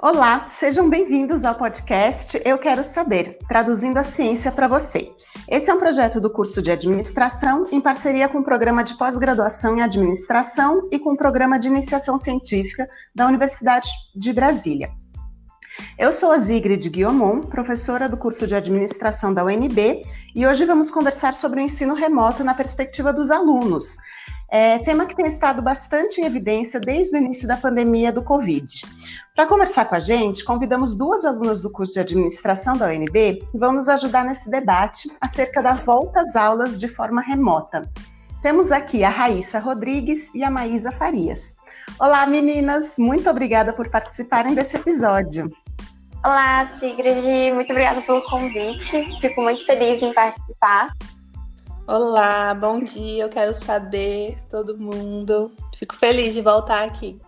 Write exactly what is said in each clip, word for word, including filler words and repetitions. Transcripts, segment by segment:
Olá, sejam bem-vindos ao podcast Eu Quero Saber, traduzindo a ciência para você. Esse é um projeto do curso de Administração em parceria com o Programa de Pós-Graduação em Administração e com o Programa de Iniciação Científica da Universidade de Brasília. Eu sou a Zigrid Guiomon, professora do curso de Administração da U N B, e hoje vamos conversar sobre o ensino remoto na perspectiva dos alunos, é, tema que tem estado bastante em evidência desde o início da pandemia do Covid. Para conversar com a gente, convidamos duas alunas do curso de Administração da U N B que vão nos ajudar nesse debate acerca da volta às aulas de forma remota. Temos aqui a Raíssa Rodrigues e a Maísa Farias. Olá, meninas! Muito obrigada por participarem desse episódio. Olá, Sigrid! Muito obrigada pelo convite. Fico muito feliz em participar. Olá, bom dia! Eu quero saber, todo mundo. Fico feliz de voltar aqui.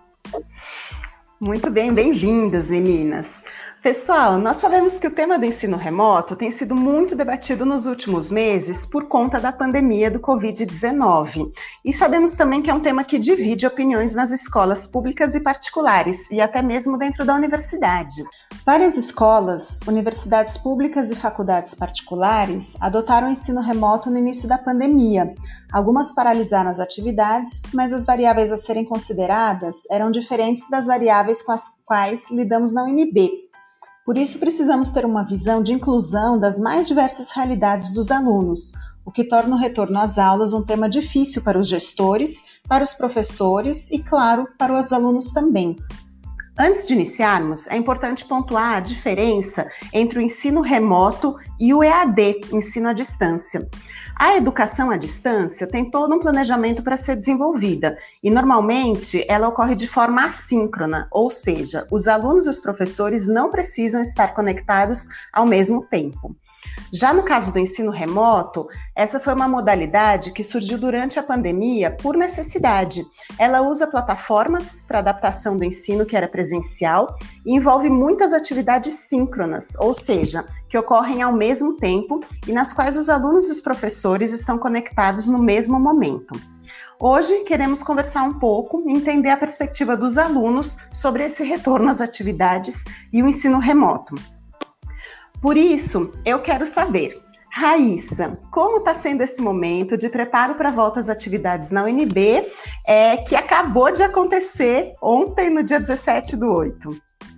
Muito bem, bem-vindas, meninas. Pessoal, nós sabemos que o tema do ensino remoto tem sido muito debatido nos últimos meses por conta da pandemia do covid dezenove. E sabemos também que é um tema que divide opiniões nas escolas públicas e particulares, e até mesmo dentro da universidade. Várias escolas, universidades públicas e faculdades particulares adotaram o ensino remoto no início da pandemia. Algumas paralisaram as atividades, mas as variáveis a serem consideradas eram diferentes das variáveis com as quais lidamos na U N B. Por isso, precisamos ter uma visão de inclusão das mais diversas realidades dos alunos, o que torna o retorno às aulas um tema difícil para os gestores, para os professores e, claro, para os alunos também. Antes de iniciarmos, é importante pontuar a diferença entre o ensino remoto e o E A D, ensino à distância. A educação à distância tem todo um planejamento para ser desenvolvida e, normalmente, ela ocorre de forma assíncrona, ou seja, os alunos e os professores não precisam estar conectados ao mesmo tempo. Já no caso do ensino remoto, essa foi uma modalidade que surgiu durante a pandemia por necessidade. Ela usa plataformas para adaptação do ensino que era presencial e envolve muitas atividades síncronas, ou seja, que ocorrem ao mesmo tempo e nas quais os alunos e os professores estão conectados no mesmo momento. Hoje, queremos conversar um pouco e entender a perspectiva dos alunos sobre esse retorno às atividades e o ensino remoto. Por isso, eu quero saber, Raíssa, como está sendo esse momento de preparo para a volta às atividades na U N B, é, que acabou de acontecer ontem, no dia dezessete do oito?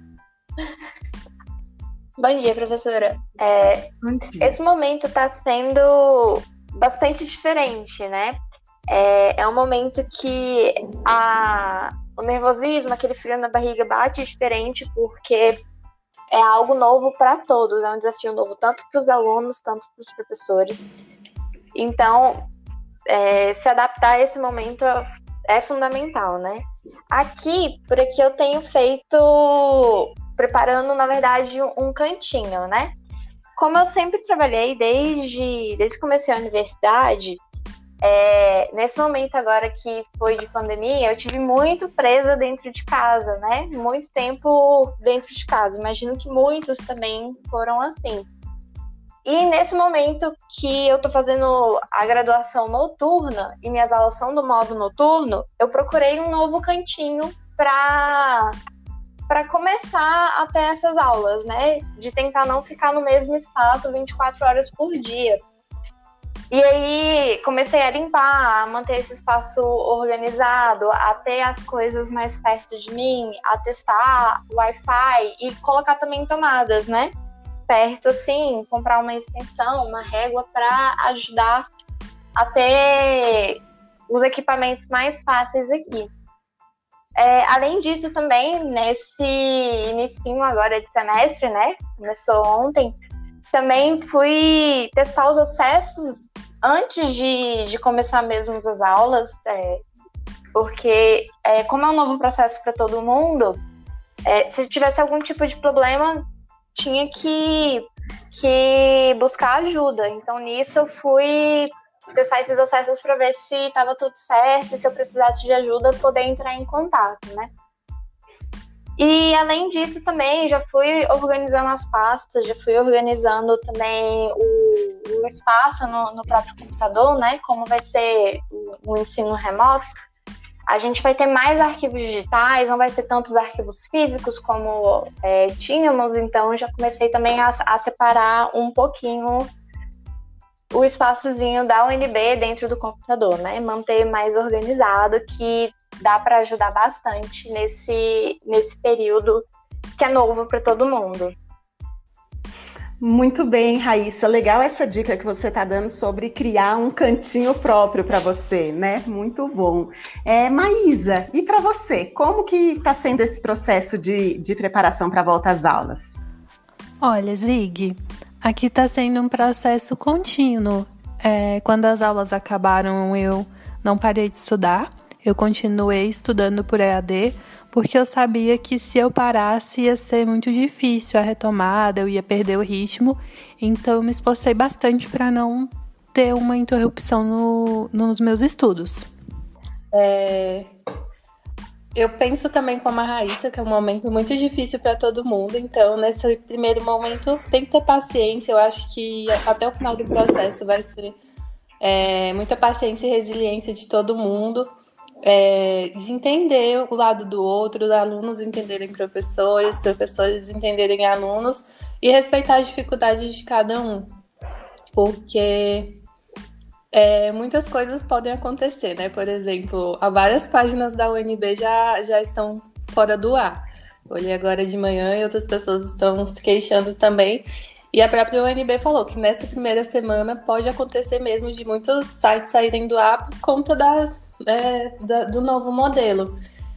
Bom dia, professora. É, Bom dia. Esse momento está sendo bastante diferente, né? É, é um momento que a, o nervosismo, aquele frio na barriga bate diferente, porque é algo novo para todos, é um desafio novo tanto para os alunos, tanto para os professores. Então, é, se adaptar a esse momento é fundamental, né? Aqui, por aqui eu tenho feito, preparando, na verdade, um cantinho, né? Como eu sempre trabalhei desde, desde que comecei a universidade, É, nesse momento agora que foi de pandemia, eu tive muito presa dentro de casa, né? Muito tempo dentro de casa. Imagino que muitos também foram assim. E nesse momento que eu tô fazendo a graduação noturna e minhas aulas são do modo noturno, eu procurei um novo cantinho para para começar a ter essas aulas, né? De tentar não ficar no mesmo espaço vinte e quatro horas por dia. E aí comecei a limpar, a manter esse espaço organizado, a ter as coisas mais perto de mim, a testar Wi-Fi e colocar também tomadas, né? Perto, assim, comprar uma extensão, uma régua para ajudar a ter os equipamentos mais fáceis aqui. É, além disso também, nesse inicinho agora de semestre, né? Começou ontem. Também fui testar os acessos antes de, de começar mesmo as aulas, é, porque é, como é um novo processo para todo mundo, é, se tivesse algum tipo de problema, tinha que, que buscar ajuda. Então, nisso, eu fui testar esses acessos para ver se estava tudo certo, e se eu precisasse de ajuda, poder entrar em contato, né? E, além disso, também já fui organizando as pastas, já fui organizando também o, o espaço no, no próprio computador, né? Como vai ser o, o ensino remoto. a gente vai ter mais arquivos digitais, não vai ser tantos arquivos físicos como é, tínhamos, então já comecei também a, a separar um pouquinho o espaçozinho da U N B dentro do computador, né? Manter mais organizado, que dá para ajudar bastante nesse, nesse período que é novo para todo mundo. Muito bem, Raíssa. Legal essa dica que você está dando sobre criar um cantinho próprio para você, né? Muito bom. É, Maísa, e para você? Como que está sendo esse processo de, de preparação para a volta às aulas? Olha, Zig, aqui está sendo um processo contínuo. É, quando as aulas acabaram, eu não parei de estudar. Eu continuei estudando por E A D, porque eu sabia que se eu parasse ia ser muito difícil a retomada, eu ia perder o ritmo. Então eu me esforcei bastante para não ter uma interrupção no, nos meus estudos. É, eu penso também como a Raíssa, que é um momento muito difícil para todo mundo. Então, nesse primeiro momento, tem que ter paciência. Eu acho que até o final do processo vai ser é, muita paciência e resiliência de todo mundo. É, de entender o lado do outro, os alunos entenderem professores, professores entenderem alunos e respeitar as dificuldades de cada um, porque é, muitas coisas podem acontecer, né? Por exemplo, há várias páginas da U N B já, já estão fora do ar. Olhei agora de manhã e outras pessoas estão se queixando também. E a própria U N B falou que nessa primeira semana pode acontecer mesmo de muitos sites saírem do ar por conta das É, da, do novo modelo.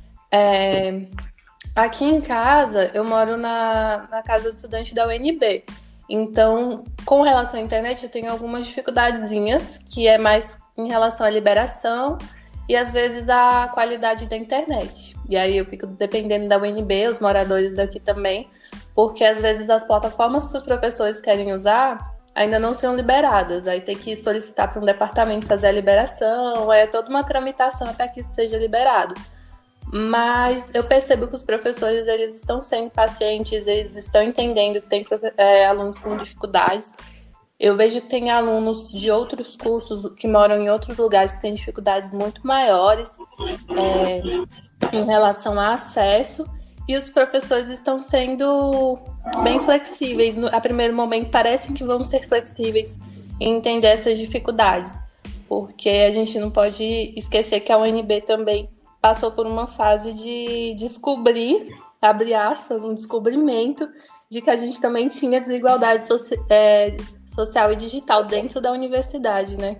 É, aqui em casa, eu moro na, na casa do estudante da U N B. Então, com relação à internet, eu tenho algumas dificuldadezinhas, que é mais em relação à liberação e, às vezes, a qualidade da internet. E aí eu fico dependendo da U N B, os moradores daqui também, porque, às vezes, as plataformas que os professores querem usar ainda não são liberadas, aí tem que solicitar para um departamento fazer a liberação, é toda uma tramitação até que isso seja liberado. Mas eu percebo que os professores, eles estão sendo pacientes, eles estão entendendo que tem é, alunos com dificuldades. Eu vejo que tem alunos de outros cursos que moram em outros lugares que têm dificuldades muito maiores é, em relação a acesso. E os professores estão sendo bem flexíveis. No, a primeiro momento, parecem que vão ser flexíveis em entender essas dificuldades. Porque a gente não pode esquecer que a U N B também passou por uma fase de descobrir, abre aspas, um descobrimento de que a gente também tinha desigualdade soci, é, social e digital dentro da universidade, né?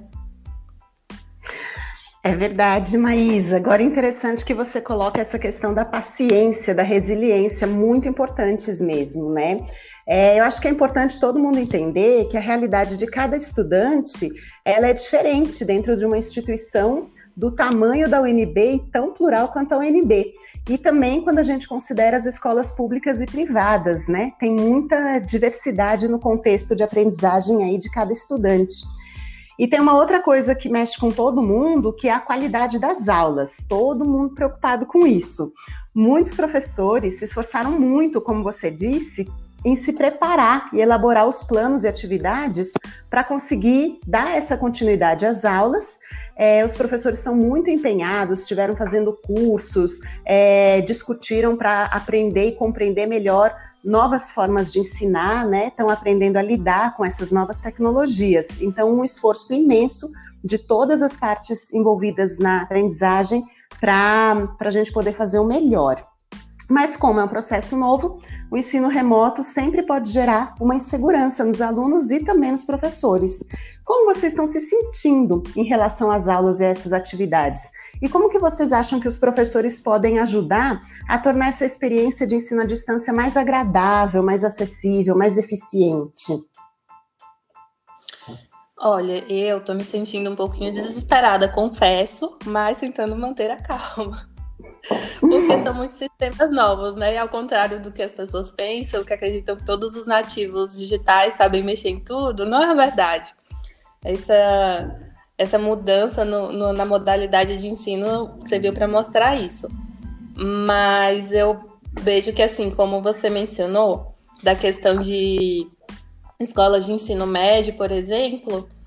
É verdade, Maísa. Agora é interessante que você coloque essa questão da paciência, da resiliência, muito importantes mesmo, né? É, eu acho que é importante todo mundo entender que a realidade de cada estudante, ela é diferente dentro de uma instituição do tamanho da U N B e tão plural quanto a U N B. E também quando a gente considera as escolas públicas e privadas, né? Tem muita diversidade no contexto de aprendizagem aí de cada estudante. E tem uma outra coisa que mexe com todo mundo, que é a qualidade das aulas. Todo mundo preocupado com isso. Muitos professores se esforçaram muito, como você disse, em se preparar e elaborar os planos e atividades para conseguir dar essa continuidade às aulas. É, os professores estão muito empenhados, estiveram fazendo cursos, é, discutiram para aprender e compreender melhor novas formas de ensinar, né? Estão aprendendo a lidar com essas novas tecnologias. Então, um esforço imenso de todas as partes envolvidas na aprendizagem para a gente poder fazer o melhor. Mas como é um processo novo, o ensino remoto sempre pode gerar uma insegurança nos alunos e também nos professores. Como vocês estão se sentindo em relação às aulas e a essas atividades? E como que vocês acham que os professores podem ajudar a tornar essa experiência de ensino à distância mais agradável, mais acessível, mais eficiente? Olha, eu tô me sentindo um pouquinho desesperada, confesso, mas tentando manter a calma. Porque são muitos sistemas novos, né? E ao contrário do que as pessoas pensam, que acreditam que todos os nativos digitais sabem mexer em tudo, não é verdade. Essa, essa mudança no, no, na modalidade de ensino serviu para mostrar isso. Mas eu vejo que, assim, como você mencionou, da questão de escolas de ensino médio, por exemplo,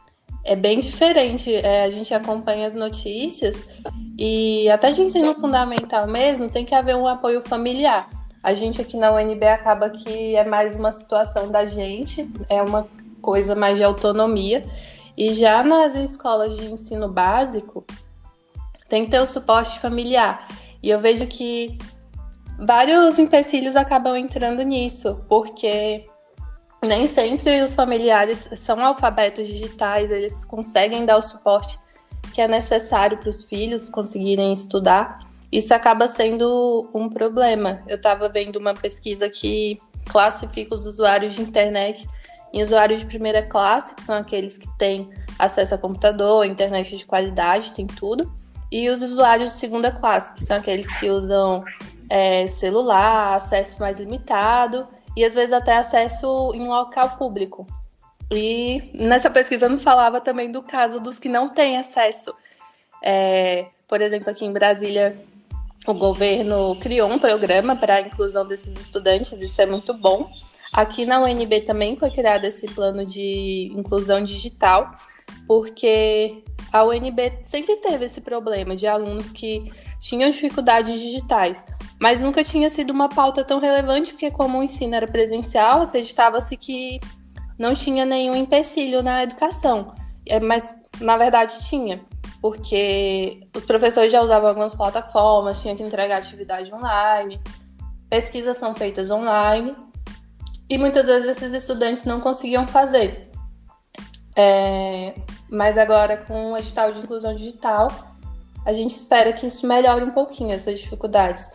é bem diferente. É, a gente acompanha as notícias e até de ensino fundamental mesmo tem que haver um apoio familiar. A gente aqui na U N B acaba que é mais uma situação da gente, é uma coisa mais de autonomia. E já nas escolas de ensino básico, tem que ter o suporte familiar. E eu vejo que vários empecilhos acabam entrando nisso, porque nem sempre os familiares são alfabetos digitais, eles conseguem dar o suporte que é necessário para os filhos conseguirem estudar. Isso acaba sendo um problema. Eu estava vendo uma pesquisa que classifica os usuários de internet em usuários de primeira classe, que são aqueles que têm acesso a computador, internet de qualidade, tem tudo, e os usuários de segunda classe, que são aqueles que usam é, celular, acesso mais limitado, e às vezes até acesso em um local público. E nessa pesquisa não falava também do caso dos que não têm acesso. É, por exemplo, aqui em Brasília, o governo criou um programa para a inclusão desses estudantes, isso é muito bom. Aqui na U N B também foi criado esse plano de inclusão digital, porque a U N B sempre teve esse problema de alunos que tinham dificuldades digitais, mas nunca tinha sido uma pauta tão relevante, porque como o ensino era presencial, acreditava-se que não tinha nenhum empecilho na educação, mas na verdade tinha, porque os professores já usavam algumas plataformas, tinham que entregar atividade online, pesquisas são feitas online, e muitas vezes esses estudantes não conseguiam fazer. É, mas agora, com o edital de inclusão digital, a gente espera que isso melhore um pouquinho, essas dificuldades.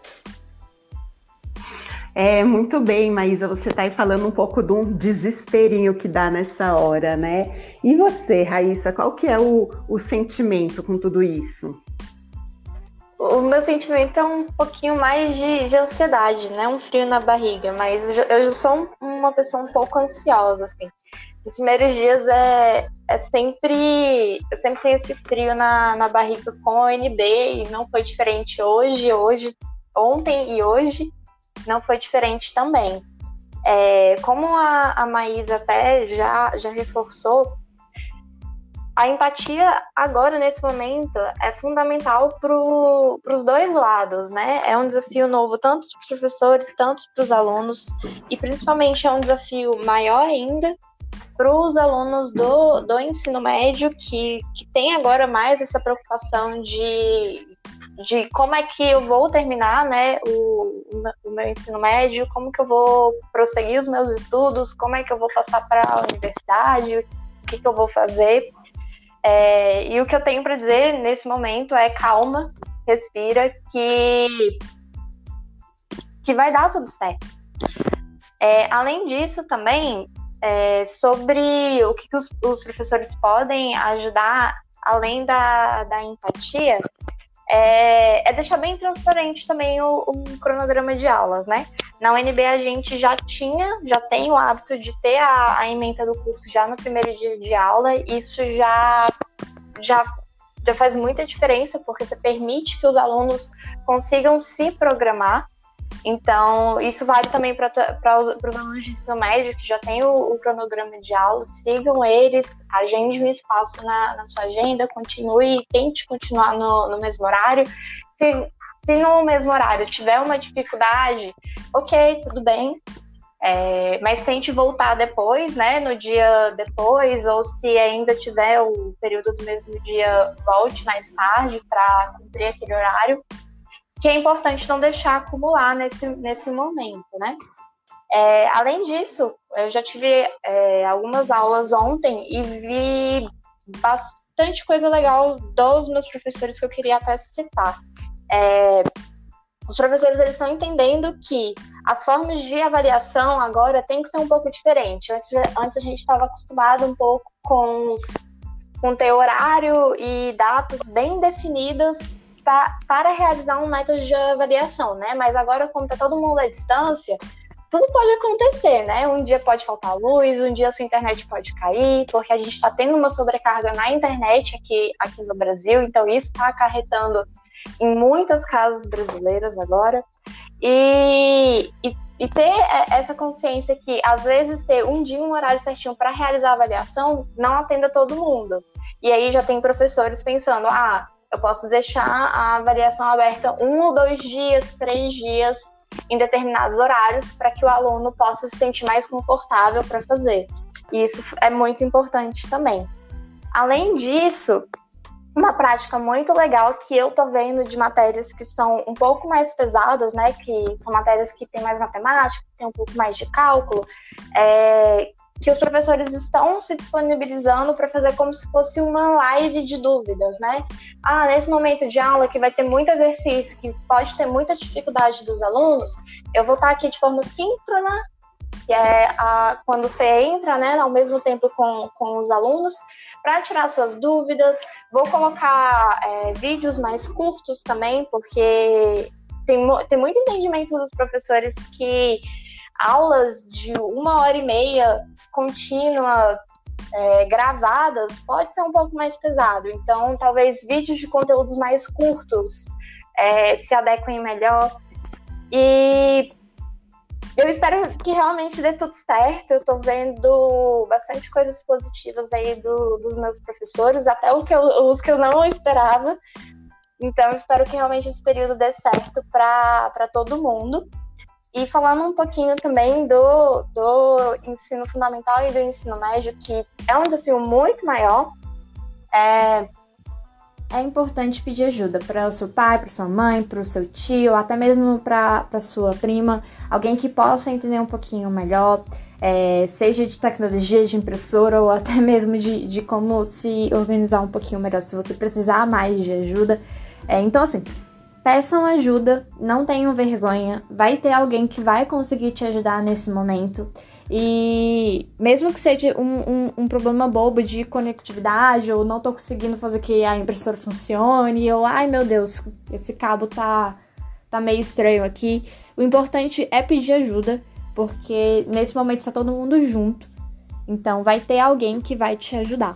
É, muito bem, Maísa, você está aí falando um pouco de um desesperinho que dá nessa hora, né? E você, Raíssa, qual que é o, o sentimento com tudo isso? O meu sentimento é um pouquinho mais de, de ansiedade, né? Um frio na barriga, mas eu, eu já sou uma pessoa um pouco ansiosa, assim. Os primeiros dias é, é sempre... Eu sempre tenho esse frio na, na barriga com a U N B, e não foi diferente hoje, hoje, ontem e hoje, não foi diferente também. É, como a, a Maísa até já, já reforçou, a empatia agora, nesse momento, é fundamental para os dois lados, né? É um desafio novo tanto para os professores, tanto para os alunos, e principalmente é um desafio maior ainda para os alunos do, do ensino médio, que, que tem agora mais essa preocupação de, de como é que eu vou terminar, né, o, o meu ensino médio, como que eu vou prosseguir os meus estudos, como é que eu vou passar para a universidade, o que, que eu vou fazer. É, e o que eu tenho para dizer nesse momento é calma, respira, que, que vai dar tudo certo. É, além disso, também, é, sobre o que, que os, os professores podem ajudar, além da, da empatia, é, é deixar bem transparente também o, o cronograma de aulas, né? Na U N B a gente já tinha, já tem o hábito de ter a, a ementa do curso já no primeiro dia de aula. Isso já, já, já faz muita diferença, porque você permite que os alunos consigam se programar. Então, isso vale também para os alunos de ensino médio que já têm o, o cronograma de aula. Sigam eles, agende um espaço na, na sua agenda, continue, tente continuar no, no mesmo horário. Se, se no mesmo horário tiver uma dificuldade, ok, tudo bem, é, mas tente voltar depois, né, no dia depois, ou se ainda tiver o período do mesmo dia, volte mais tarde para cumprir aquele horário, que é importante não deixar acumular nesse, nesse momento, né? É, além disso, eu já tive é, algumas aulas ontem e vi bastante coisa legal dos meus professores que eu queria até citar. É, os professores eles estão entendendo que as formas de avaliação agora tem que ser um pouco diferente. Antes, antes a gente estava acostumado um pouco com, os, com ter horário e datas bem definidas pra, para realizar um método de avaliação, né? Mas agora, como está todo mundo à distância, tudo pode acontecer, né? Um dia pode faltar luz, um dia a sua internet pode cair, porque a gente está tendo uma sobrecarga na internet aqui, aqui no Brasil, então isso está acarretando em muitas casas brasileiras agora. E, e, e ter essa consciência que, às vezes, ter um dia, um horário certinho para realizar a avaliação não atenda todo mundo. E aí já tem professores pensando, ah, eu posso deixar a avaliação aberta um ou dois dias, três dias, em determinados horários, para que o aluno possa se sentir mais confortável para fazer. E isso é muito importante também. Além disso, uma prática muito legal que eu tô vendo de matérias que são um pouco mais pesadas, né, que são matérias que tem mais matemática, que tem um pouco mais de cálculo, é que os professores estão se disponibilizando para fazer como se fosse uma live de dúvidas, né? Ah, nesse momento de aula que vai ter muito exercício, que pode ter muita dificuldade dos alunos, eu vou estar aqui de forma síncrona, que é a, quando você entra, né, ao mesmo tempo com, com os alunos, para tirar suas dúvidas. Vou colocar é, vídeos mais curtos também, porque tem, tem muito entendimento dos professores que aulas de uma hora e meia contínua, é, gravadas, pode ser um pouco mais pesado. Então, talvez vídeos de conteúdos mais curtos é, se adequem melhor. E eu espero que realmente dê tudo certo. Eu tô vendo bastante coisas positivas aí do, dos meus professores, até o que eu, os que eu não esperava. Então, espero que realmente esse período dê certo para todo mundo. E falando um pouquinho também do, do ensino fundamental e do ensino médio, que é um desafio muito maior, é... É importante pedir ajuda para o seu pai, para sua mãe, para o seu tio, até mesmo para a sua prima, alguém que possa entender um pouquinho melhor, é, seja de tecnologia, de impressora ou até mesmo de, de como se organizar um pouquinho melhor, se você precisar mais de ajuda. É, então, assim, peçam ajuda, não tenham vergonha, vai ter alguém que vai conseguir te ajudar nesse momento. E mesmo que seja um, um, um problema bobo de conectividade, ou não tô conseguindo fazer que a impressora funcione, ou ai meu Deus, esse cabo tá, tá meio estranho aqui, o importante é pedir ajuda, porque nesse momento está todo mundo junto, então vai ter alguém que vai te ajudar.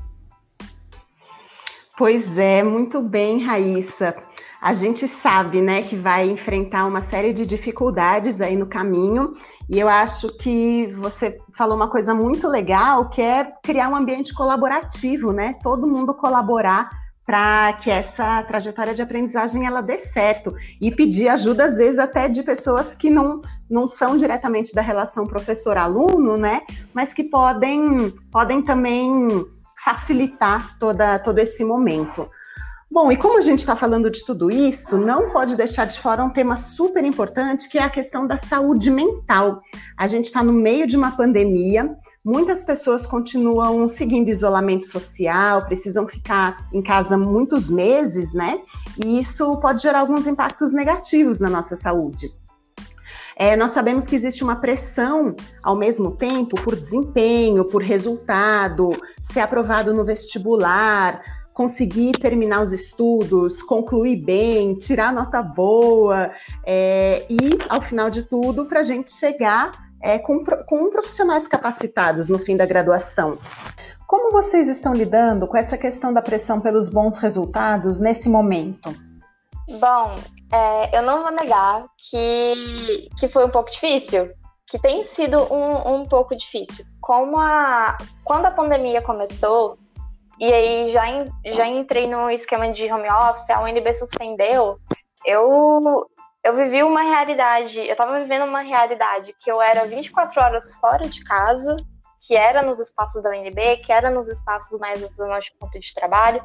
Pois é, muito bem, Raíssa. A gente sabe, né, que vai enfrentar uma série de dificuldades aí no caminho, e eu acho que você falou uma coisa muito legal, que é criar um ambiente colaborativo, né, todo mundo colaborar para que essa trajetória de aprendizagem ela dê certo, e pedir ajuda, às vezes, até de pessoas que não, não são diretamente da relação professor-aluno, né, mas que podem, podem também facilitar toda, todo esse momento. Bom, e como a gente está falando de tudo isso, não pode deixar de fora um tema super importante, que é a questão da saúde mental. A gente está no meio de uma pandemia, muitas pessoas continuam seguindo isolamento social, precisam ficar em casa muitos meses, né? E isso pode gerar alguns impactos negativos na nossa saúde. É, nós sabemos que existe uma pressão, ao mesmo tempo, por desempenho, por resultado, ser aprovado no vestibular, conseguir terminar os estudos, concluir bem, tirar nota boa, é, e, ao final de tudo, para a gente chegar é, com, com profissionais capacitados no fim da graduação. Como vocês estão lidando com essa questão da pressão pelos bons resultados nesse momento? Bom, é, eu não vou negar que, que foi um pouco difícil, que tem sido um, um pouco difícil. Como a, quando a pandemia começou, e aí já, já entrei no esquema de home office, a U N B suspendeu, eu, eu vivi uma realidade, eu estava vivendo uma realidade que eu era vinte e quatro horas fora de casa, que era nos espaços da U N B, que era nos espaços mais do nosso ponto de trabalho,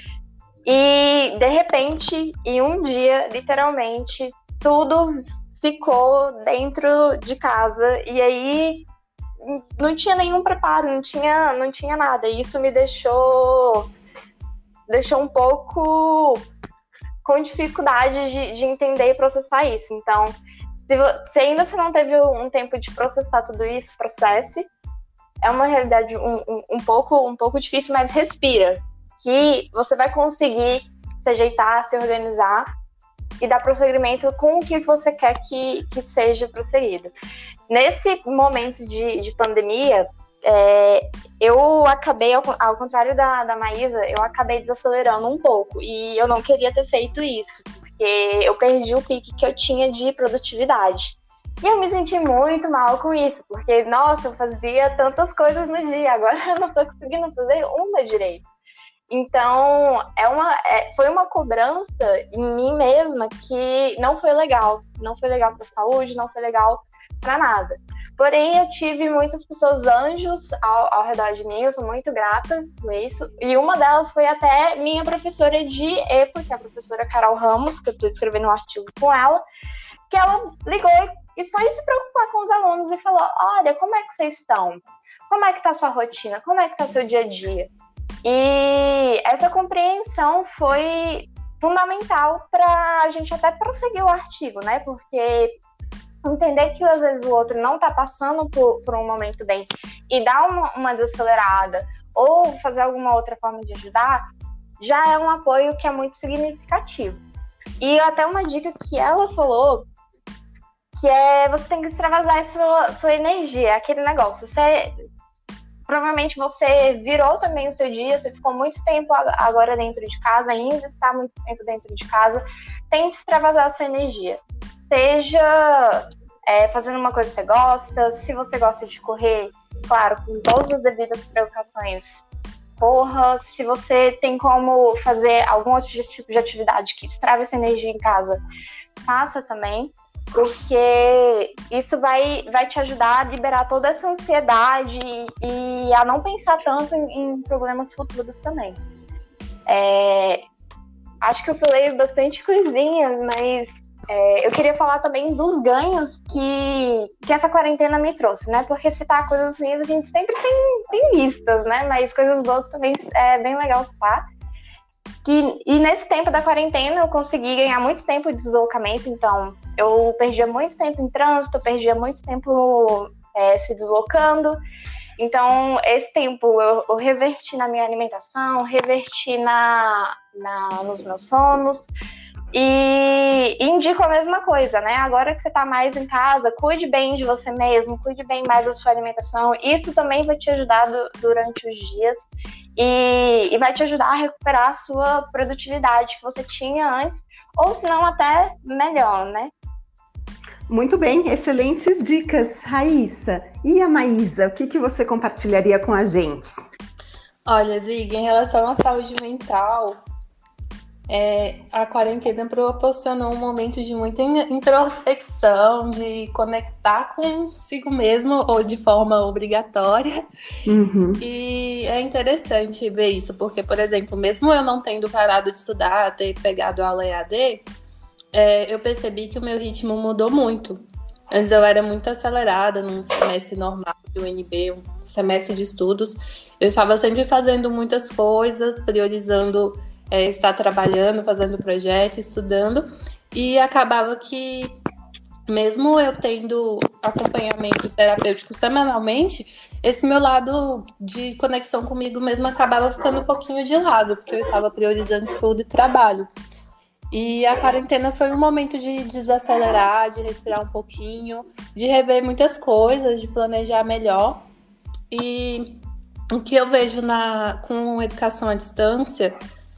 e de repente, em um dia, literalmente, tudo ficou dentro de casa, e aí não tinha nenhum preparo, não tinha, não tinha nada. E isso me deixou, deixou um pouco com dificuldade de, de entender e processar isso. Então, se, se ainda você não teve um tempo de processar tudo isso, processe. É uma realidade um, um, um, pouco, um pouco difícil, mas respira, que você vai conseguir se ajeitar, se organizar e dar prosseguimento com o que você quer que, que seja prosseguido. Nesse momento de, de pandemia, é, eu acabei, ao, ao contrário da, da Maísa, eu acabei desacelerando um pouco. E eu não queria ter feito isso, porque porque eu perdi o pique que eu tinha de produtividade. E eu me senti muito mal com isso, porque, nossa, eu fazia tantas coisas no dia, agora eu não tô conseguindo fazer uma direito. Então, é uma, é, foi uma cobrança em mim mesma que não foi legal. Não foi legal para a saúde, não foi legal para nada. Porém, eu tive muitas pessoas anjos ao, ao redor de mim, eu sou muito grata por isso. E uma delas foi até minha professora de EPO, que é a professora Carol Ramos, que eu estou escrevendo um artigo com ela, que ela ligou e foi se preocupar com os alunos e falou: olha, como é que vocês estão? Como é que está a sua rotina? Como é que está o seu dia a dia? E essa compreensão foi fundamental para a gente até prosseguir o artigo, né? Porque entender que às vezes o outro não está passando por, por um momento bem e dar uma, uma desacelerada ou fazer alguma outra forma de ajudar, já é um apoio que é muito significativo. E até uma dica que ela falou, que é você tem que extravasar a sua, sua energia, aquele negócio. Você, provavelmente você virou também o seu dia, você ficou muito tempo agora dentro de casa, ainda está muito tempo dentro de casa, tente extravasar a sua energia. Seja é, fazendo uma coisa que você gosta, se você gosta de correr, claro, com todas as devidas precauções, corra. Se você tem como fazer algum outro tipo de atividade que extrava essa energia em casa, faça também, porque isso vai, vai te ajudar a liberar toda essa ansiedade e, e a não pensar tanto em, em problemas futuros também. É, acho que eu falei bastante coisinhas, mas é, eu queria falar também dos ganhos que, que essa quarentena me trouxe, né? Porque citar coisas ruins a gente sempre tem, tem listas, né? Mas coisas boas também é bem legal citar. Que, e nesse tempo da quarentena eu consegui ganhar muito tempo de deslocamento, então eu perdia muito tempo em trânsito, eu perdia muito tempo é, se deslocando. Então, esse tempo eu, eu reverti na minha alimentação, reverti na, na, nos meus sonos. E indico a mesma coisa, né? Agora que você tá mais em casa, cuide bem de você mesmo, cuide bem mais da sua alimentação. Isso também vai te ajudar do, durante os dias e, e vai te ajudar a recuperar a sua produtividade que você tinha antes, ou se não até melhor, né? Muito bem, excelentes dicas, Raíssa. E a Maísa, o que, que você compartilharia com a gente? Olha, Zig, em relação à saúde mental, É, a quarentena proporcionou um momento de muita introspecção, de conectar consigo mesmo ou de forma obrigatória. Uhum. E é interessante ver isso, porque, por exemplo, mesmo eu não tendo parado de estudar, ter pegado aula E A D, é, eu percebi que o meu ritmo mudou muito. Antes eu era muito acelerada num semestre normal de U N B, um semestre de estudos. Eu estava sempre fazendo muitas coisas, priorizando É, estar trabalhando, fazendo projeto, estudando, e acabava que, mesmo eu tendo acompanhamento terapêutico semanalmente, esse meu lado de conexão comigo mesmo acabava ficando um pouquinho de lado, porque eu estava priorizando estudo e trabalho. E a quarentena foi um momento de desacelerar, de respirar um pouquinho, de rever muitas coisas, de planejar melhor. E o que eu vejo na, com educação à distância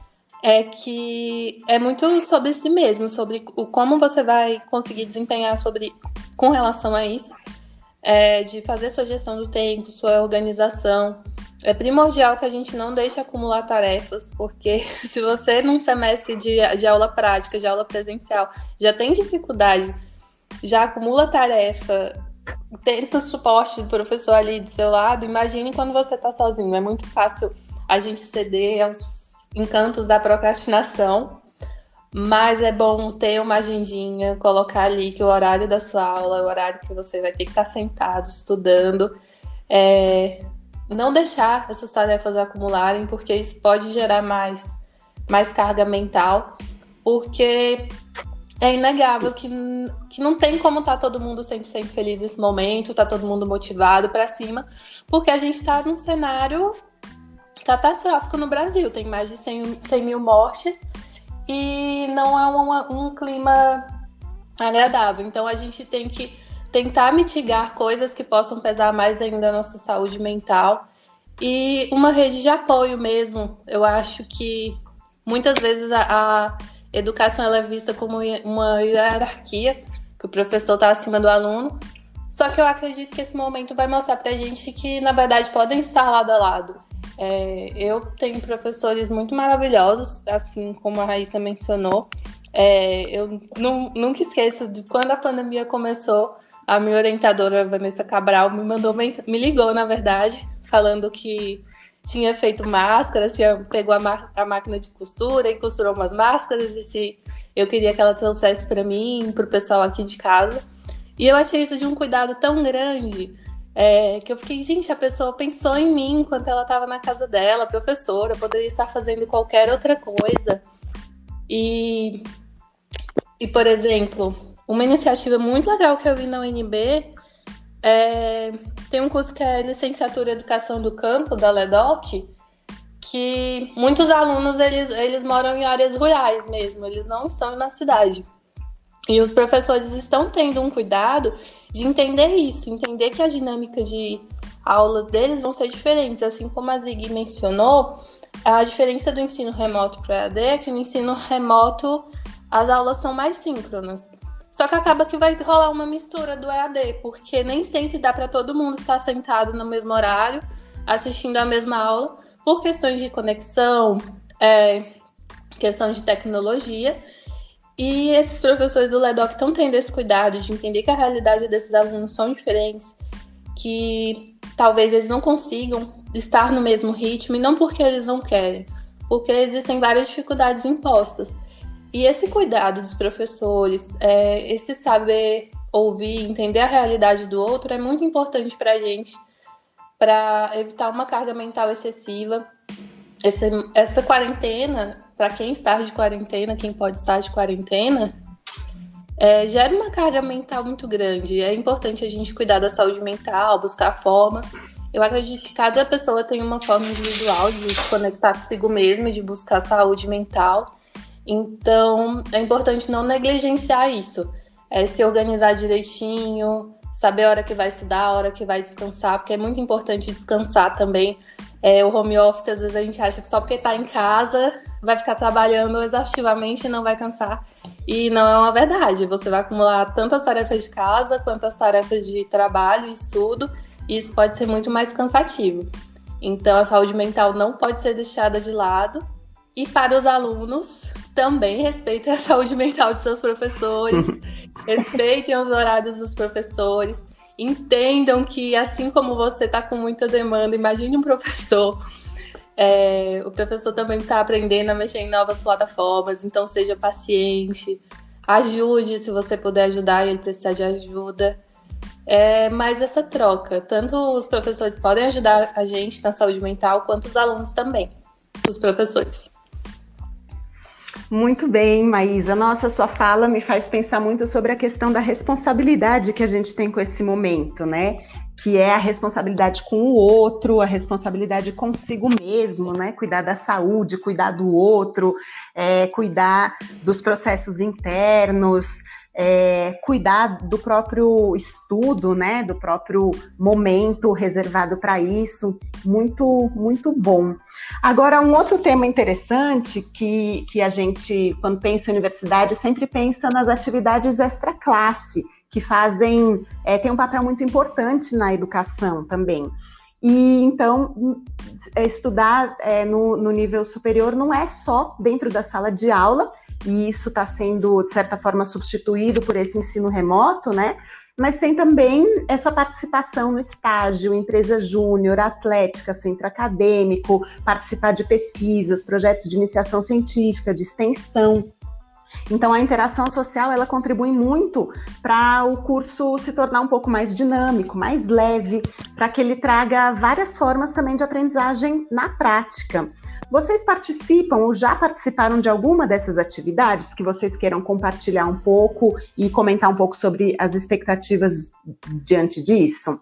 é que é muito sobre si mesmo, sobre o, como você vai conseguir desempenhar sobre, com relação a isso, é, de fazer sua gestão do tempo, sua organização. É primordial que a gente não deixe acumular tarefas, porque se você num semestre de, de aula prática, de aula presencial, já tem dificuldade, já acumula tarefa, tenta o suporte do professor ali do seu lado, imagine quando você está sozinho. É muito fácil a gente ceder aos encantos da procrastinação, mas é bom ter uma agendinha, colocar ali que o horário da sua aula é o horário que você vai ter que estar sentado, estudando, é, não deixar essas tarefas acumularem, porque isso pode gerar mais, mais carga mental, porque é inegável que, que não tem como estar todo mundo cem por cento feliz nesse momento, tá todo mundo motivado para cima, porque a gente está num cenário catastrófico no Brasil, tem mais de cem mil mortes e não é uma, um clima agradável. Então a gente tem que tentar mitigar coisas que possam pesar mais ainda na nossa saúde mental e uma rede de apoio mesmo. Eu acho que muitas vezes a, a educação ela é vista como uma hierarquia, que o professor está acima do aluno. Só que eu acredito que esse momento vai mostrar para a gente que, na verdade, podem estar lado a lado. É, eu tenho professores muito maravilhosos, assim como a Raíssa mencionou. É, eu não, nunca esqueço de quando a pandemia começou, a minha orientadora, Vanessa Cabral, me mandou, me ligou, na verdade, falando que tinha feito máscaras, tinha, pegou a, a máquina de costura e costurou umas máscaras, e se eu queria que ela trouxesse para mim, para o pessoal aqui de casa. E eu achei isso de um cuidado tão grande, é, que eu fiquei, gente, a pessoa pensou em mim enquanto ela estava na casa dela, professora, poderia estar fazendo qualquer outra coisa. E, e, por exemplo, uma iniciativa muito legal que eu vi na U N B, é, tem um curso que é Licenciatura em Educação do Campo, da LEDOC, que muitos alunos, eles, eles moram em áreas rurais mesmo, eles não estão na cidade. E os professores estão tendo um cuidado de entender isso, entender que a dinâmica de aulas deles vão ser diferentes. Assim como a Zig mencionou, a diferença do ensino remoto para E A D é que no ensino remoto as aulas são mais síncronas. Só que acaba que vai rolar uma mistura do E A D, porque nem sempre dá para todo mundo estar sentado no mesmo horário, assistindo a mesma aula, por questões de conexão, é, questão de tecnologia. E esses professores do LEDOC estão tendo esse cuidado de entender que a realidade desses alunos são diferentes, que talvez eles não consigam estar no mesmo ritmo, e não porque eles não querem, porque existem várias dificuldades impostas. E esse cuidado dos professores, é, esse saber ouvir, entender a realidade do outro é muito importante para a gente, para evitar uma carga mental excessiva. Esse, essa quarentena, para quem está de quarentena, quem pode estar de quarentena, é, gera uma carga mental muito grande. É importante a gente cuidar da saúde mental, buscar formas. Eu acredito que cada pessoa tem uma forma individual de se conectar consigo mesma, de buscar saúde mental. Então, é importante não negligenciar isso. É se organizar direitinho, saber a hora que vai estudar, a hora que vai descansar, porque é muito importante descansar também. É, o home office, às vezes a gente acha que só porque está em casa vai ficar trabalhando exaustivamente e não vai cansar. E não é uma verdade. Você vai acumular tantas tarefas de casa quanto as tarefas de trabalho e estudo, e isso pode ser muito mais cansativo. Então, a saúde mental não pode ser deixada de lado. E para os alunos, também respeitem a saúde mental de seus professores, respeitem os horários dos professores, entendam que, assim como você está com muita demanda, imagine um professor. É, o professor também está aprendendo a mexer em novas plataformas, então seja paciente, ajude se você puder ajudar e ele precisar de ajuda. É, mas essa troca, tanto os professores podem ajudar a gente na saúde mental, quanto os alunos também, os professores. Muito bem, Maísa. Nossa, sua fala me faz pensar muito sobre a questão da responsabilidade que a gente tem com esse momento, né? Que é a responsabilidade com o outro, a responsabilidade consigo mesmo, né? Cuidar da saúde, cuidar do outro, é, cuidar dos processos internos, é, cuidar do próprio estudo, né? Do próprio momento reservado para isso. Muito, muito bom. Agora, um outro tema interessante que, que a gente, quando pensa em universidade, sempre pensa nas atividades extra-classe, que fazem, é, tem um papel muito importante na educação também. E, então, estudar é, no, no nível superior não é só dentro da sala de aula, e isso está sendo, de certa forma, substituído por esse ensino remoto, né? Mas tem também essa participação no estágio, empresa júnior, atlética, centro acadêmico, participar de pesquisas, projetos de iniciação científica, de extensão. Então, a interação social, ela contribui muito para o curso se tornar um pouco mais dinâmico, mais leve, para que ele traga várias formas também de aprendizagem na prática. Vocês participam ou já participaram de alguma dessas atividades que vocês queiram compartilhar um pouco e comentar um pouco sobre as expectativas diante disso?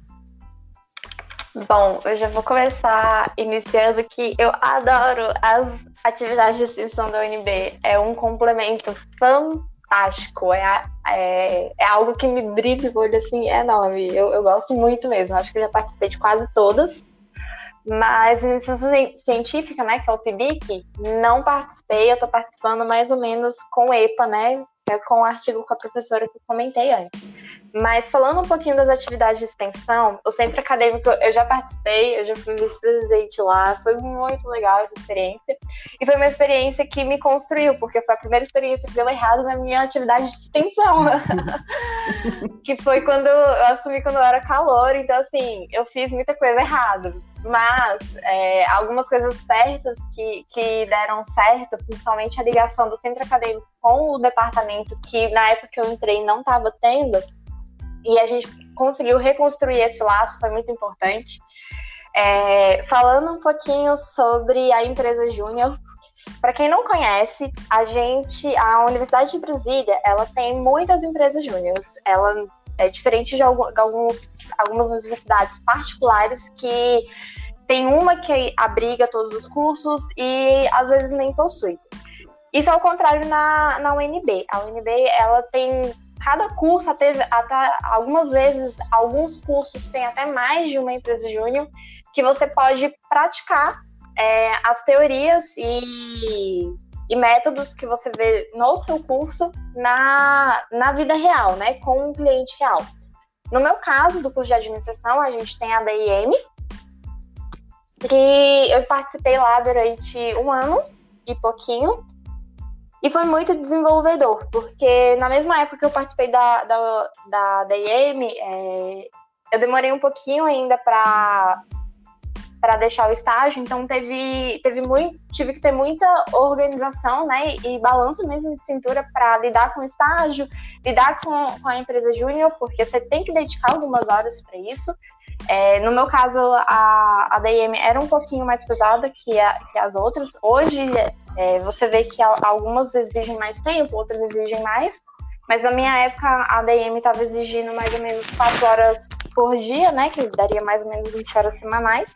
Bom, eu já vou começar iniciando que eu adoro as atividades de extensão da U N B. É um complemento fantástico, é, é, é algo que me brilha o olho assim, enorme. Eu, eu gosto muito mesmo, acho que eu já participei de quase todas. Mas iniciação científica, né, que é o P I B I C, não participei, eu estou participando mais ou menos com o E P A, né, que é com o artigo com a professora que eu comentei antes. Mas falando um pouquinho das atividades de extensão, o centro acadêmico eu já participei, eu já fui vice-presidente lá, foi muito legal essa experiência. E foi uma experiência que me construiu, porque foi a primeira experiência que deu errado na minha atividade de extensão. Que foi quando eu assumi quando eu era calor, então assim, eu fiz muita coisa errada. Mas é, algumas coisas certas que, que deram certo, principalmente a ligação do centro acadêmico com o departamento, que na época que eu entrei não estava tendo, e a gente conseguiu reconstruir esse laço, foi muito importante. É, falando um pouquinho sobre a empresa Júnior, para quem não conhece, a gente, a Universidade de Brasília, ela tem muitas empresas júniores. Ela é diferente de alguns, algumas universidades particulares que tem uma que abriga todos os cursos e às vezes nem possui. Isso é o contrário na, na U N B. A U N B, ela tem cada curso, até, até algumas vezes, alguns cursos têm até mais de uma empresa júnior que você pode praticar é, as teorias e, e métodos que você vê no seu curso na, na vida real, né, com um cliente real. No meu caso, do curso de administração, a gente tem a D I M, que eu participei lá durante um ano e pouquinho, e foi muito desenvolvedor, porque na mesma época que eu participei da, da, da D I M, é, eu demorei um pouquinho ainda para para deixar o estágio, então teve, teve muito, tive que ter muita organização, né, e balanço mesmo de cintura para lidar com o estágio, lidar com, com a empresa júnior, porque você tem que dedicar algumas horas para isso. É, no meu caso, a, a D I M era um pouquinho mais pesada que, a, que as outras. Hoje, é, você vê que algumas exigem mais tempo, outras exigem mais, mas na minha época a D I M estava exigindo mais ou menos quatro horas por dia, né, que daria mais ou menos vinte horas semanais,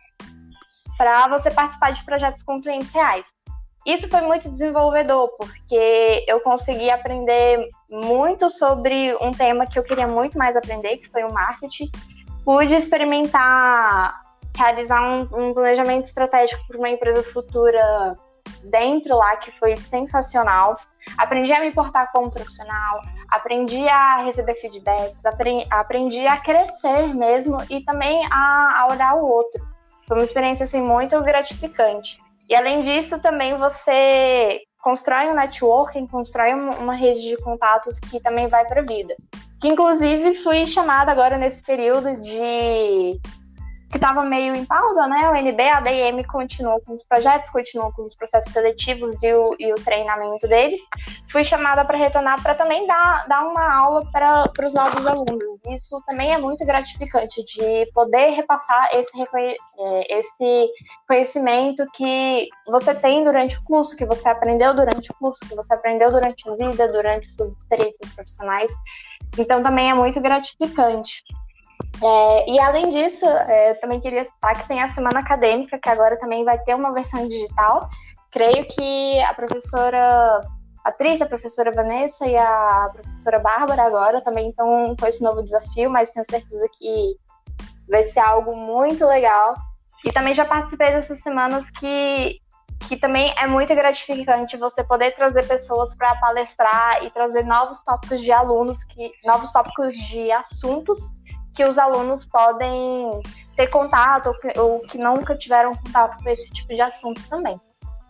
para você participar de projetos com clientes reais. Isso foi muito desenvolvedor, porque eu consegui aprender muito sobre um tema que eu queria muito mais aprender, que foi o marketing. Pude experimentar, realizar um, um planejamento estratégico para uma empresa futura dentro lá, que foi sensacional. Aprendi a me portar como profissional, aprendi a receber feedbacks, aprendi, aprendi a crescer mesmo e também a, a olhar o outro. Foi uma experiência assim, muito gratificante. E além disso, também você constrói um networking, constrói uma rede de contatos que também vai para a vida. Que inclusive fui chamada agora nesse período de... que estava meio em pausa, né? O U N B, a D I M continuou com os projetos, continuou com os processos seletivos e o, e o treinamento deles. Fui chamada para retornar para também dar, dar uma aula para os novos alunos. Isso também é muito gratificante, de poder repassar esse, esse conhecimento que você tem durante o curso, que você aprendeu durante o curso, que você aprendeu durante a vida, durante suas experiências profissionais. Então também é muito gratificante. É, e além disso, é, eu também queria citar que tem a semana acadêmica, que agora também vai ter uma versão digital. Creio que a professora Patrícia, a professora Vanessa e a professora Bárbara agora também estão com esse novo desafio, mas tenho certeza que vai ser algo muito legal. E também já participei dessas semanas que, que também é muito gratificante você poder trazer pessoas para palestrar e trazer novos tópicos de alunos, que, novos tópicos de assuntos que os alunos podem ter contato ou que, ou que nunca tiveram contato com esse tipo de assunto também.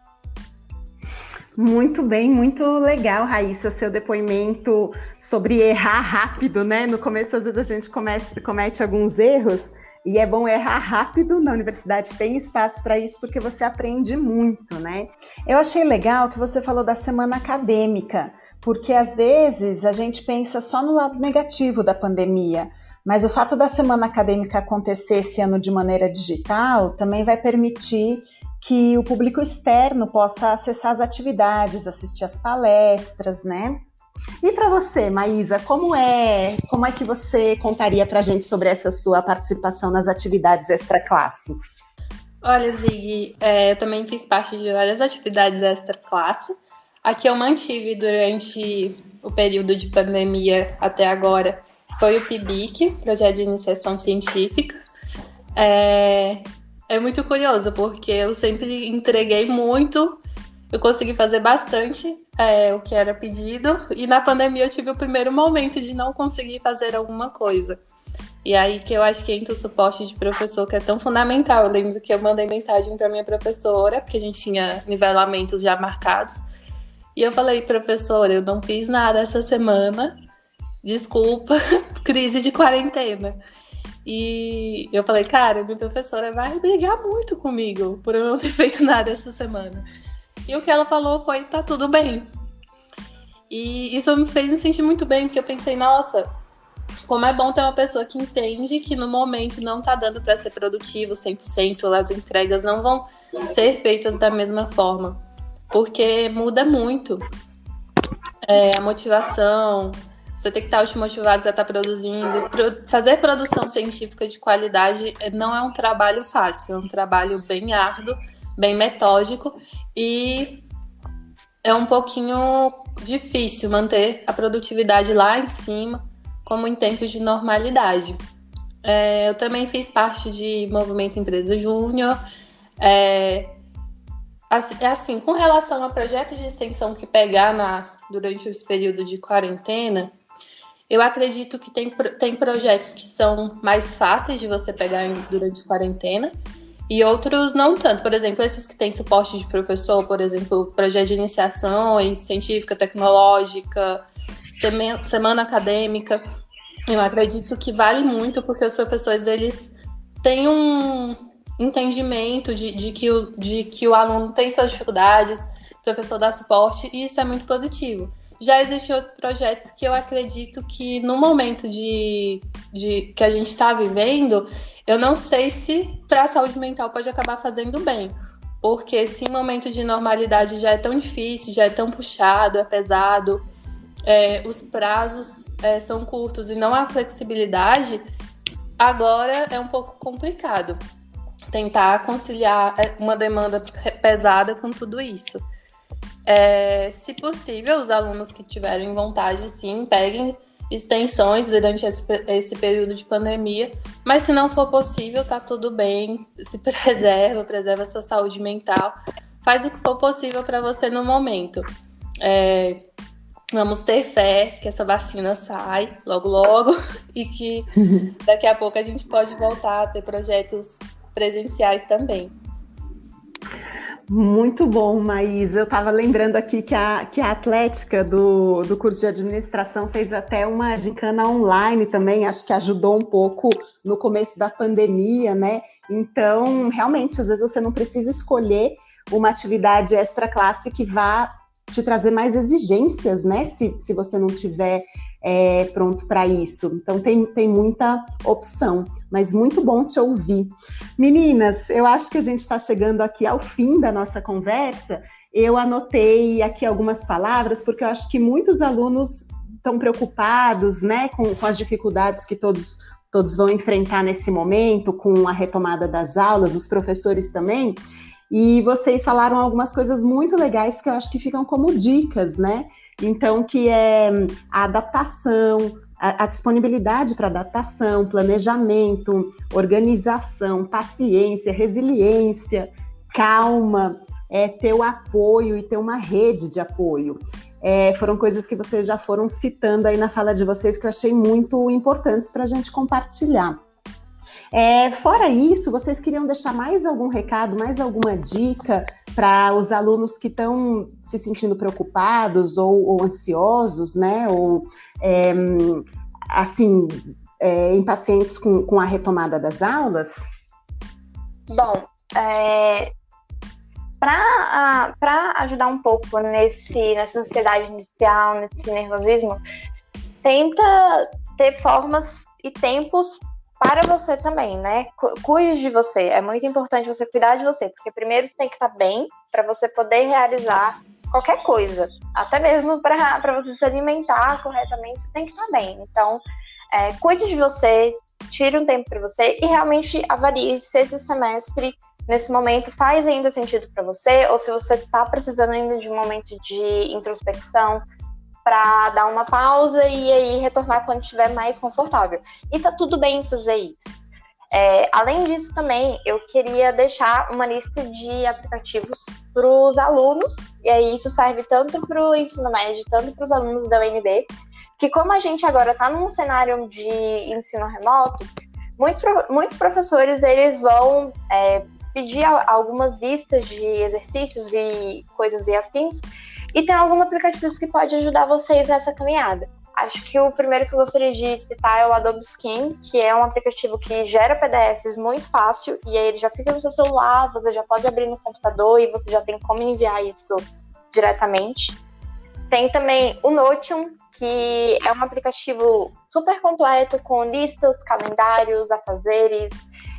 Muito bem, muito legal, Raíssa, seu depoimento sobre errar rápido, né? No começo, às vezes, a gente comece, comete alguns erros e é bom errar rápido. Na universidade tem espaço para isso porque você aprende muito, né? Eu achei legal que você falou da semana acadêmica, porque às vezes a gente pensa só no lado negativo da pandemia, mas o fato da semana acadêmica acontecer esse ano de maneira digital também vai permitir que o público externo possa acessar as atividades, assistir as palestras, né? E para você, Maísa, como é, como é que você contaria para a gente sobre essa sua participação nas atividades extra-classe? Olha, Zig, é, eu também fiz parte de várias atividades extra-classe. A que eu mantive durante o período de pandemia até agora foi o P I B I C, Projeto de Iniciação Científica. É, é muito curioso, porque eu sempre entreguei muito, eu consegui fazer bastante é, o que era pedido, e na pandemia eu tive o primeiro momento de não conseguir fazer alguma coisa. E aí que eu acho que entra o suporte de professor, que é tão fundamental. Eu lembro que eu mandei mensagem para minha professora, porque a gente tinha nivelamentos já marcados, e eu falei, professora, eu não fiz nada essa semana, desculpa, crise de quarentena. E eu falei, cara, minha professora vai brigar muito comigo por eu não ter feito nada essa semana. E o que ela falou foi, tá tudo bem. E isso me fez me sentir muito bem, porque eu pensei, nossa, como é bom ter uma pessoa que entende que no momento não tá dando para ser produtivo cem por cento, as entregas não vão ser feitas da mesma forma. Porque muda muito é, a motivação, você tem que estar motivado para estar produzindo. Pro, fazer produção científica de qualidade não é um trabalho fácil, é um trabalho bem árduo, bem metódico, e é um pouquinho difícil manter a produtividade lá em cima, como em tempos de normalidade. É, eu também fiz parte de Movimento Empresa Júnior. É, assim, assim, com relação a projetos de extensão que pegar na, durante esse período de quarentena, eu acredito que tem, tem projetos que são mais fáceis de você pegar em, durante a quarentena, e outros não tanto. Por exemplo, esses que têm suporte de professor, por exemplo, projeto de iniciação científica, tecnológica, semana, semana acadêmica, eu acredito que vale muito, porque os professores eles têm um entendimento de, de, que, o, de que o aluno tem suas dificuldades, o professor dá suporte, e isso é muito positivo. Já existem outros projetos que eu acredito que no momento de, de, que a gente está vivendo, eu não sei se para a saúde mental pode acabar fazendo bem, porque se em momento de normalidade já é tão difícil, já é tão puxado, é pesado, é, os prazos é, são curtos e não há flexibilidade, agora é um pouco complicado tentar conciliar uma demanda pesada com tudo isso. É, se possível, os alunos que tiverem vontade, sim, peguem extensões durante esse, esse período de pandemia, mas se não for possível, tá tudo bem, se preserva, preserva a sua saúde mental, faz o que for possível para você no momento. É, vamos ter fé que essa vacina sai logo logo e que daqui a pouco a gente pode voltar a ter projetos presenciais também. Muito bom, Maísa. Eu estava lembrando aqui que a, que a Atlética do, do curso de administração fez até uma gincana online também, acho que ajudou um pouco no começo da pandemia, né? Então, realmente, às vezes você não precisa escolher uma atividade extra classe que vá te trazer mais exigências, né? Se, se você não tiver é, pronto para isso. Então, tem, tem muita opção, mas muito bom te ouvir. Meninas, eu acho que a gente está chegando aqui ao fim da nossa conversa. Eu anotei aqui algumas palavras, porque eu acho que muitos alunos estão preocupados, né, com, com as dificuldades que todos, todos vão enfrentar nesse momento, com a retomada das aulas, os professores também. E vocês falaram algumas coisas muito legais que eu acho que ficam como dicas, né? Então, que é a adaptação, a, a disponibilidade para adaptação, planejamento, organização, paciência, resiliência, calma, é, ter o apoio e ter uma rede de apoio. É, foram coisas que vocês já foram citando aí na fala de vocês que eu achei muito importantes para a gente compartilhar. É, fora isso, vocês queriam deixar mais algum recado, mais alguma dica para os alunos que estão se sentindo preocupados ou, ou ansiosos, né? Ou, é, assim, é, impacientes com, com a retomada das aulas? Bom, é, para ajudar um pouco nesse, nessa ansiedade inicial, nesse nervosismo, tenta ter formas e tempos para você também, né? Cuide de você. É muito importante você cuidar de você, porque primeiro você tem que estar bem para você poder realizar qualquer coisa. Até mesmo para você se alimentar corretamente, você tem que estar bem. Então, é, cuide de você, tire um tempo para você e realmente avalie se esse semestre, nesse momento, faz ainda sentido para você, ou se você está precisando ainda de um momento de introspecção, para dar uma pausa e aí retornar quando estiver mais confortável. E tá tudo bem fazer isso. É, além disso também, eu queria deixar uma lista de aplicativos para os alunos, e aí isso serve tanto para o ensino médio, tanto para os alunos da U N B, que como a gente agora está num cenário de ensino remoto, muito, muitos professores eles vão é, pedir algumas listas de exercícios e coisas e afins, e tem alguns aplicativos que podem ajudar vocês nessa caminhada. Acho que o primeiro que eu gostaria de citar é o Adobe Skin, que é um aplicativo que gera P D Fs muito fácil, e aí ele já fica no seu celular, você já pode abrir no computador e você já tem como enviar isso diretamente. Tem também o Notion, que é um aplicativo super completo com listas, calendários, afazeres,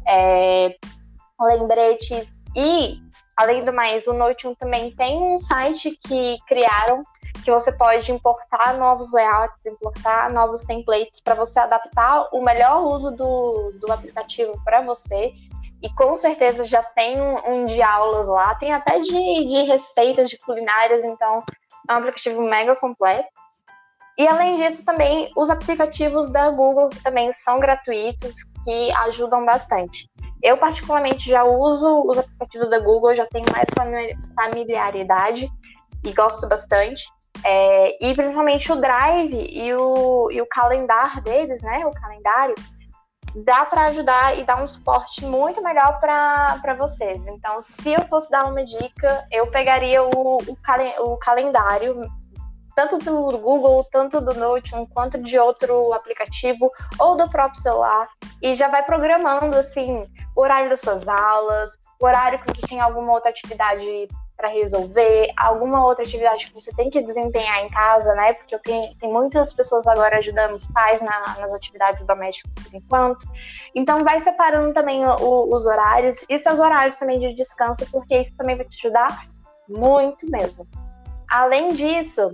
é, lembretes, e, além do mais, o Notion também tem um site que criaram que você pode importar novos layouts, importar novos templates para você adaptar o melhor uso do, do aplicativo para você. E com certeza já tem um, um de aulas lá, tem até de, de receitas, de culinárias, então é um aplicativo mega completo. E além disso também os aplicativos da Google, que também são gratuitos, que ajudam bastante. Eu particularmente já uso os aplicativos da Google, já tenho mais familiaridade e gosto bastante. É, e principalmente o Drive e o, e o calendário deles, né, o calendário, dá para ajudar e dar um suporte muito melhor para vocês. Então, se eu fosse dar uma dica, eu pegaria o, o, calen- o calendário, tanto do Google, tanto do Notion, quanto de outro aplicativo ou do próprio celular, e já vai programando assim, o horário das suas aulas, o horário que você tem alguma outra atividade para resolver, alguma outra atividade que você tem que desempenhar em casa, né? Porque tem, tem muitas pessoas agora ajudando os pais na, nas atividades domésticas por enquanto. Então, vai separando também o, os horários e seus horários também de descanso, porque isso também vai te ajudar muito mesmo. Além disso,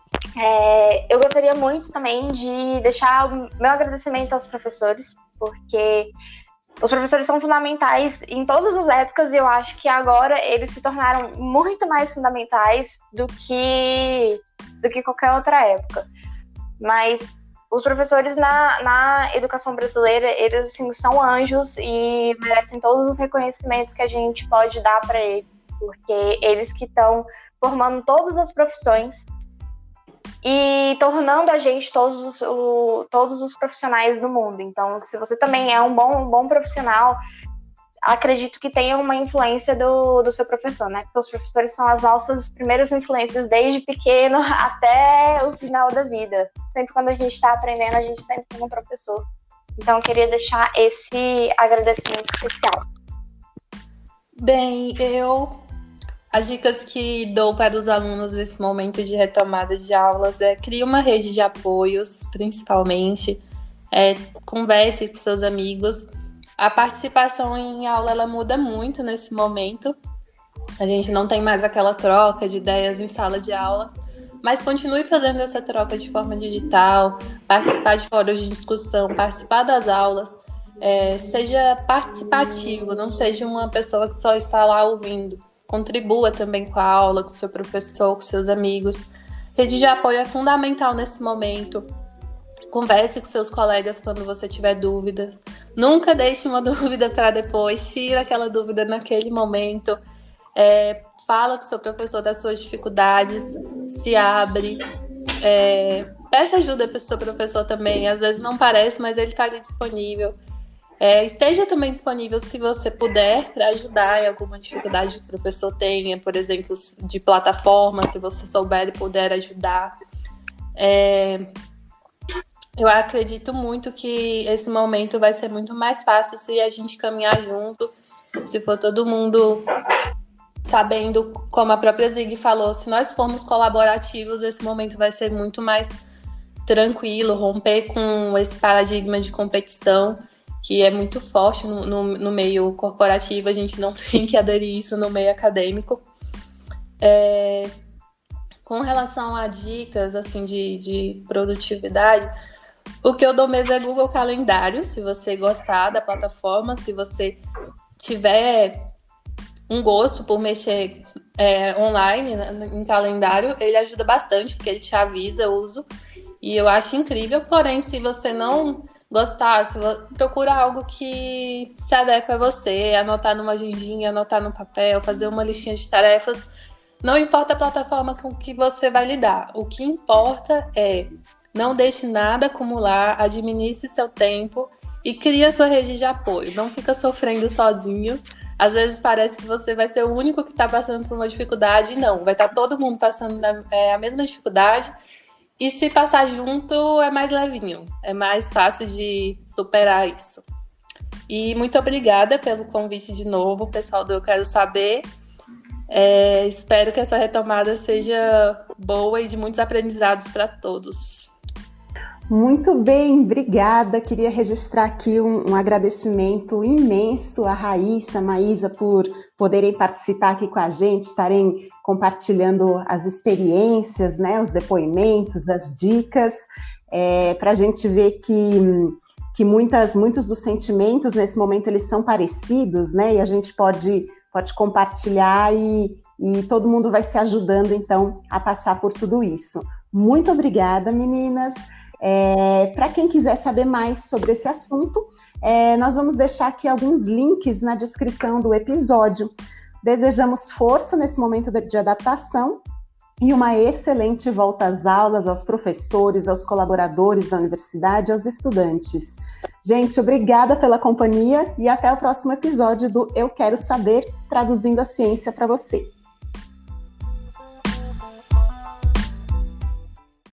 é, eu gostaria muito também de deixar o meu agradecimento aos professores, porque os professores são fundamentais em todas as épocas e eu acho que agora eles se tornaram muito mais fundamentais do que, do que qualquer outra época. Mas os professores na, na educação brasileira, eles assim, são anjos e merecem todos os reconhecimentos que a gente pode dar para eles, porque eles que estão formando todas as profissões e tornando a gente todos os, o, todos os profissionais do mundo. Então, se você também é um bom, um bom profissional, acredito que tenha uma influência do, do seu professor, né? Porque os professores são as nossas primeiras influências desde pequeno até o final da vida. Sempre quando a gente está aprendendo, a gente sempre tem um professor. Então, eu queria deixar esse agradecimento especial. Bem, eu... As dicas que dou para os alunos nesse momento de retomada de aulas é crie uma rede de apoios, principalmente, é, converse com seus amigos. A participação em aula ela muda muito nesse momento. A gente não tem mais aquela troca de ideias em sala de aulas, mas continue fazendo essa troca de forma digital, participar de fóruns de discussão, participar das aulas, é, seja participativo, não seja uma pessoa que só está lá ouvindo. Contribua também com a aula, com o seu professor, com seus amigos. Rede de apoio é fundamental nesse momento. Converse com seus colegas quando você tiver dúvidas. Nunca deixe uma dúvida para depois. Tira aquela dúvida naquele momento. É, fala com o seu professor das suas dificuldades. Se abre. É, peça ajuda para o seu professor também. Às vezes não parece, mas ele está ali disponível. É, esteja também disponível, se você puder, para ajudar em alguma dificuldade que o professor tenha, por exemplo, de plataforma, se você souber e puder ajudar. É, eu acredito muito que esse momento vai ser muito mais fácil se a gente caminhar junto, se for todo mundo sabendo, como a própria Zig falou, se nós formos colaborativos, esse momento vai ser muito mais tranquilo, romper com esse paradigma de competição, que é muito forte no, no, no meio corporativo, a gente não tem que aderir isso no meio acadêmico. É, com relação a dicas assim, de, de produtividade, o que eu dou mesmo é Google Calendário, se você gostar da plataforma, se você tiver um gosto por mexer é, online, né, em calendário, ele ajuda bastante, porque ele te avisa o uso, e eu acho incrível, porém, se você não... gostar, se vo... procura algo que se adeque a você, anotar numa agendinha, anotar no papel, fazer uma listinha de tarefas. Não importa a plataforma com que você vai lidar. O que importa é não deixe nada acumular, administre seu tempo e crie a sua rede de apoio. Não fica sofrendo sozinho. Às vezes parece que você vai ser o único que está passando por uma dificuldade. Não, vai estar todo mundo passando na, é, a mesma dificuldade. E se passar junto, é mais levinho. É mais fácil de superar isso. E muito obrigada pelo convite de novo, pessoal do Eu Quero Saber. É, espero que essa retomada seja boa e de muitos aprendizados para todos. Muito bem, obrigada. Queria registrar aqui um, um agradecimento imenso a Raíssa, a Maísa, por poderem participar aqui com a gente, estarem compartilhando as experiências, né, os depoimentos, as dicas, é, para a gente ver que, que muitas, muitos dos sentimentos nesse momento eles são parecidos, né, e a gente pode, pode compartilhar e, e todo mundo vai se ajudando, então, a passar por tudo isso. Muito obrigada, meninas. É, para quem quiser saber mais sobre esse assunto, é, nós vamos deixar aqui alguns links na descrição do episódio. Desejamos força nesse momento de, de adaptação e uma excelente volta às aulas, aos professores, aos colaboradores da universidade, aos estudantes. Gente, obrigada pela companhia e até o próximo episódio do Eu Quero Saber, traduzindo a ciência para você.